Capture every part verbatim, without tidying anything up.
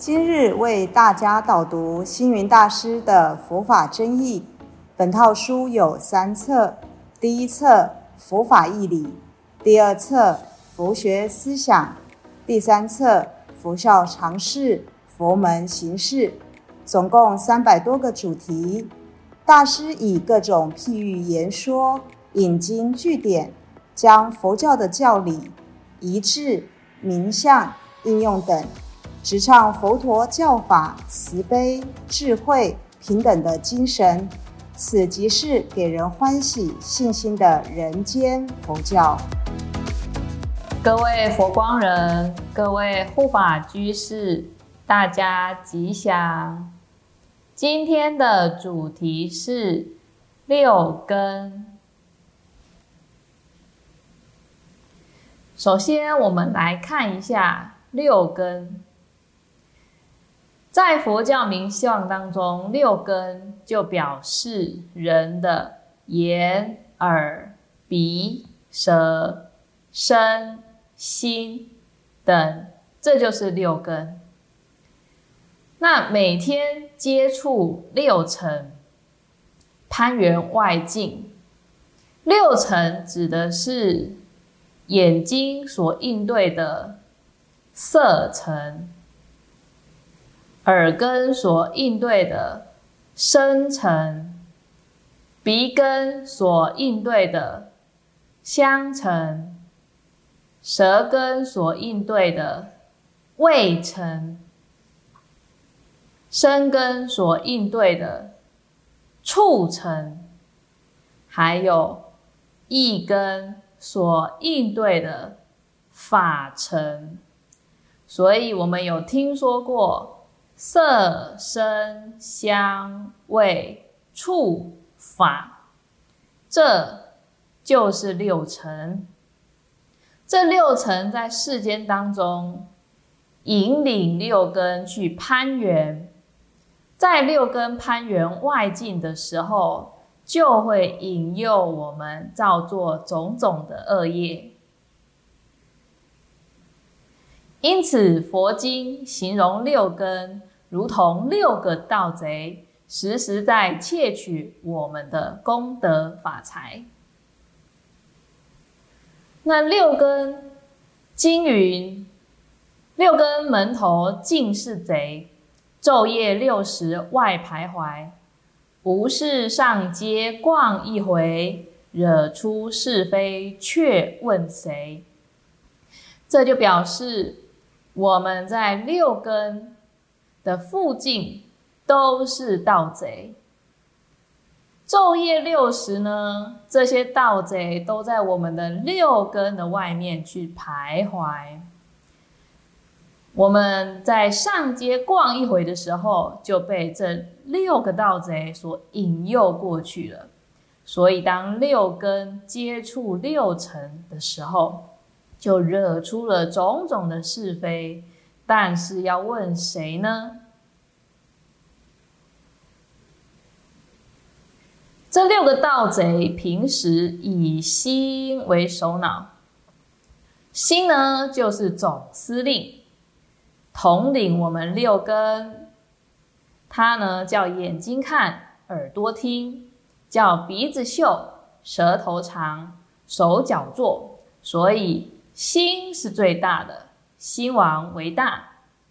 今日为大家导读星云大师的佛法真义。本套书有三册：第一册佛法义理，第二册佛学思想，第三册佛教常识、佛门行事，总共三百多个主题。大师以各种譬喻言说，引经据典，将佛教的教理、仪制、名相、应用等，直唱佛陀教法慈悲、智慧、平等的精神，此即是给人欢喜信心的人间佛教。 各位佛光人，各位护法居士，大家吉祥。今天的主题是六根。首先，我们来看一下六根。在佛教名相当中，六根就表示人的眼、耳、鼻、舌、身、心等，这就是六根。那每天接触六尘，攀缘外境。六尘指的是眼睛所应对的色尘，耳根所应对的声尘，鼻根所应对的香尘，舌根所应对的味尘，身根所应对的触尘，还有意根所应对的法尘。所以我们有听说过色、声、香、味、触、法，这就是六尘。这六尘在世间当中引领六根去攀缘，在六根攀缘外境的时候，就会引诱我们造作种种的恶业。因此佛经形容六根如同六个盗贼，时时在窃取我们的功德法财。那六根经云，六根门头尽是贼，昼夜六时外徘徊，无事上街逛一回，惹出是非却问谁。这就表示我们在六根的附近都是盗贼。昼夜六时呢，这些盗贼都在我们的六根的外面去徘徊。我们在上街逛一回的时候，就被这六个盗贼所引诱过去了。所以当六根接触六尘的时候，就惹出了种种的是非。但是要问谁呢？这六个盗贼平时以心为首脑，心呢就是总司令，统领我们六根。它呢叫眼睛看，耳朵听，叫鼻子嗅，舌头尝，手脚做。所以心是最大的，心王为大。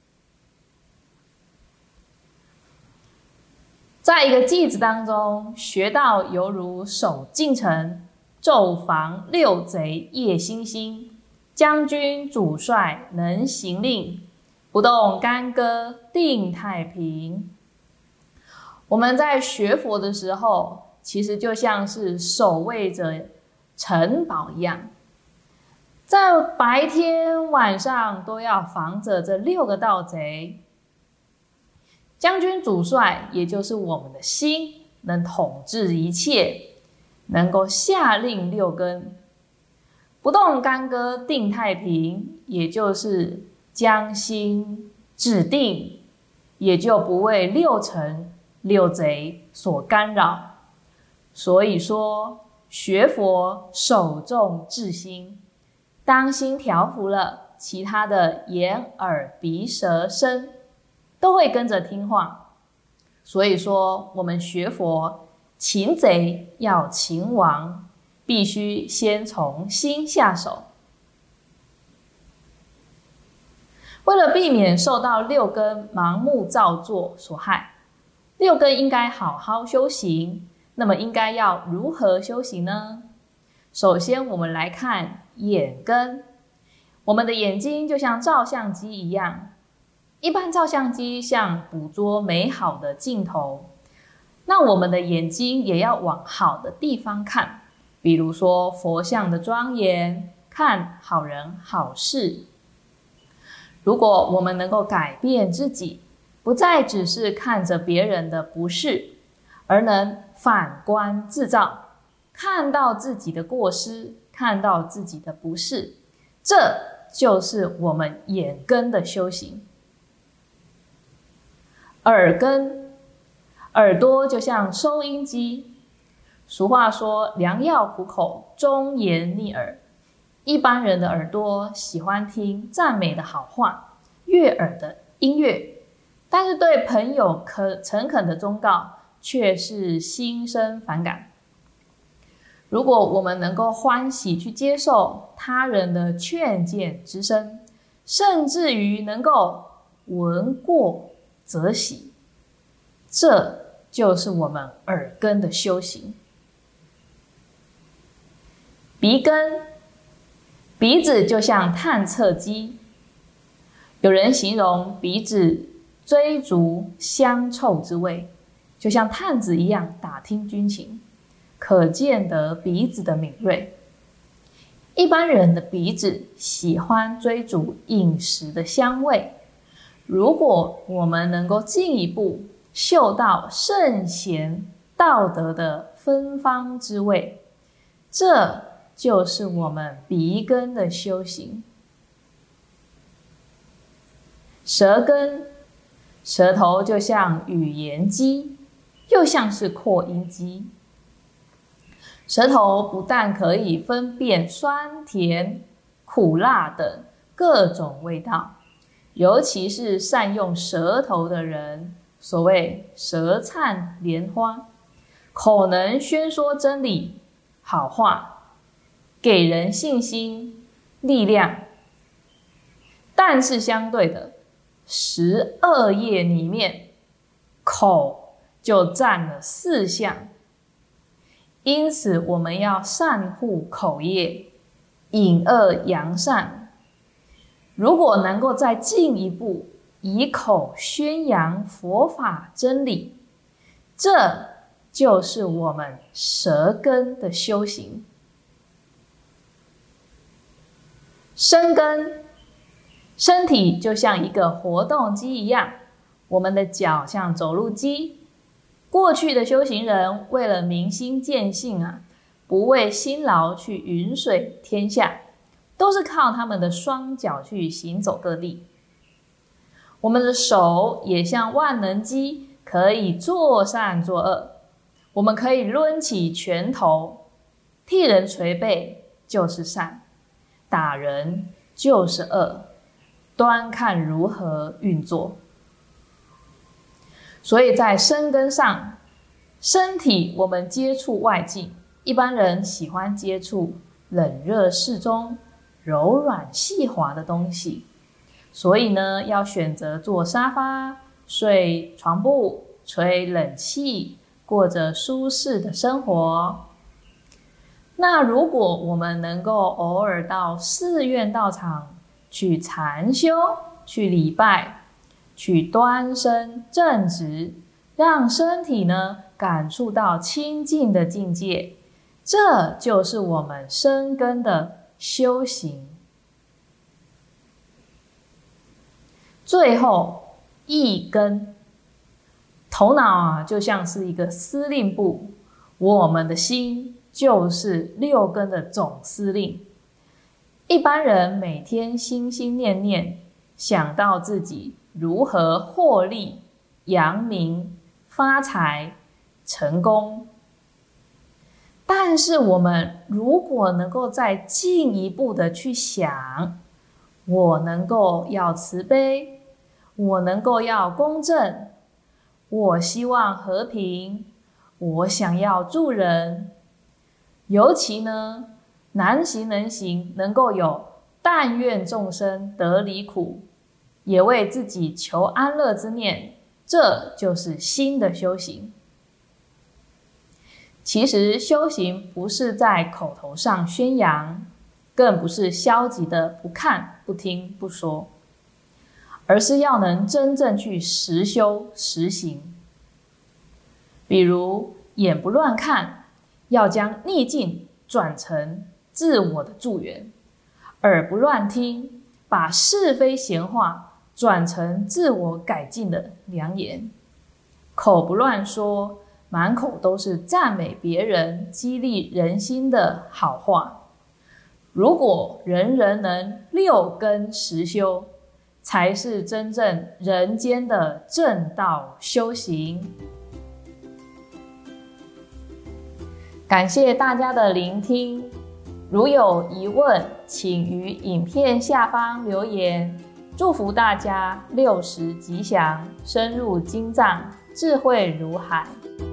在一个偈子当中学到，犹如守禁城，昼防六贼夜星星，将军主帅能行令，不动干戈定太平。我们在学佛的时候，其实就像是守卫着城堡一样，在白天晚上都要防着这六个盗贼。将军主帅也就是我们的心，能统治一切，能够下令六根。不动干戈定太平，也就是将心指定，也就不为六尘六贼所干扰。所以说学佛首重治心，当心调伏了，其他的眼耳鼻舌身都会跟着听话。所以说，我们学佛，擒贼要擒王，必须先从心下手。为了避免受到六根盲目造作所害，六根应该好好修行。那么应该要如何修行呢？首先我们来看眼根。我们的眼睛就像照相机一样，一般照相机像捕捉美好的镜头，那我们的眼睛也要往好的地方看，比如说佛像的庄严，看好人好事。如果我们能够改变自己，不再只是看着别人的不是，而能反观自照，看到自己的过失，看到自己的不是，这就是我们眼根的修行。耳根，耳朵就像收音机。俗话说，良药苦口，忠言逆耳。一般人的耳朵喜欢听赞美的好话，悦耳的音乐，但是对朋友可诚恳的忠告却是心生反感。如果我们能够欢喜去接受他人的劝谏之声，甚至于能够闻过则喜，这就是我们耳根的修行。鼻根，鼻子就像探测机。有人形容鼻子追逐香臭之味，就像探子一样打听军情，可见得鼻子的敏锐。一般人的鼻子喜欢追逐饮食的香味，如果我们能够进一步嗅到圣贤道德的芬芳之味，这就是我们鼻根的修行。舌根，舌头就像语言机，又像是扩音机。舌头不但可以分辨酸甜苦辣等各种味道，尤其是善用舌头的人，所谓舌灿莲花，口能宣说真理好话，给人信心力量。但是相对的，十二业里面，口就占了四项，因此我们要善护口业，引恶扬善。如果能够再进一步，以口宣扬佛法真理，这就是我们舌根的修行。身根，身体就像一个活动机一样，我们的脚像走路机。过去的修行人为了明心见性啊，不为辛劳去云水天下，都是靠他们的双脚去行走各地。我们的手也像万能机，可以做善做恶。我们可以抡起拳头，替人捶背就是善，打人就是恶，端看如何运作。所以在身根上，身体我们接触外境，一般人喜欢接触冷热适中、柔软细滑的东西，所以呢，要选择坐沙发、睡床铺、吹冷气，过着舒适的生活。那如果我们能够偶尔到寺院道场去禅修、去礼拜、去端身正直，让身体呢感触到清净的境界，这就是我们身根的修行。最后，意根，头脑啊就像是一个司令部，我们的心就是六根的总司令。一般人每天心心念念想到自己如何获利、扬名、发财、成功，但是我们如果能够再进一步的去想，我能够要慈悲， 我能够要公正，我希望和平，我想要助人。尤其呢，难行能行，能够有但愿众生得离苦，也为自己求安乐之念，这就是心的修行。其实修行不是在口头上宣扬，更不是消极的不看、不听、不说，而是要能真正去实修实行。比如眼不乱看，要将逆境转成自我的助缘；耳不乱听，把是非闲话转成自我改进的良言；口不乱说，满口都是赞美别人、激励人心的好话。如果人人能六根实修，才是真正人间的正道修行。感谢大家的聆听，如有疑问，请于影片下方留言。祝福大家六时吉祥，深入经藏，智慧如海。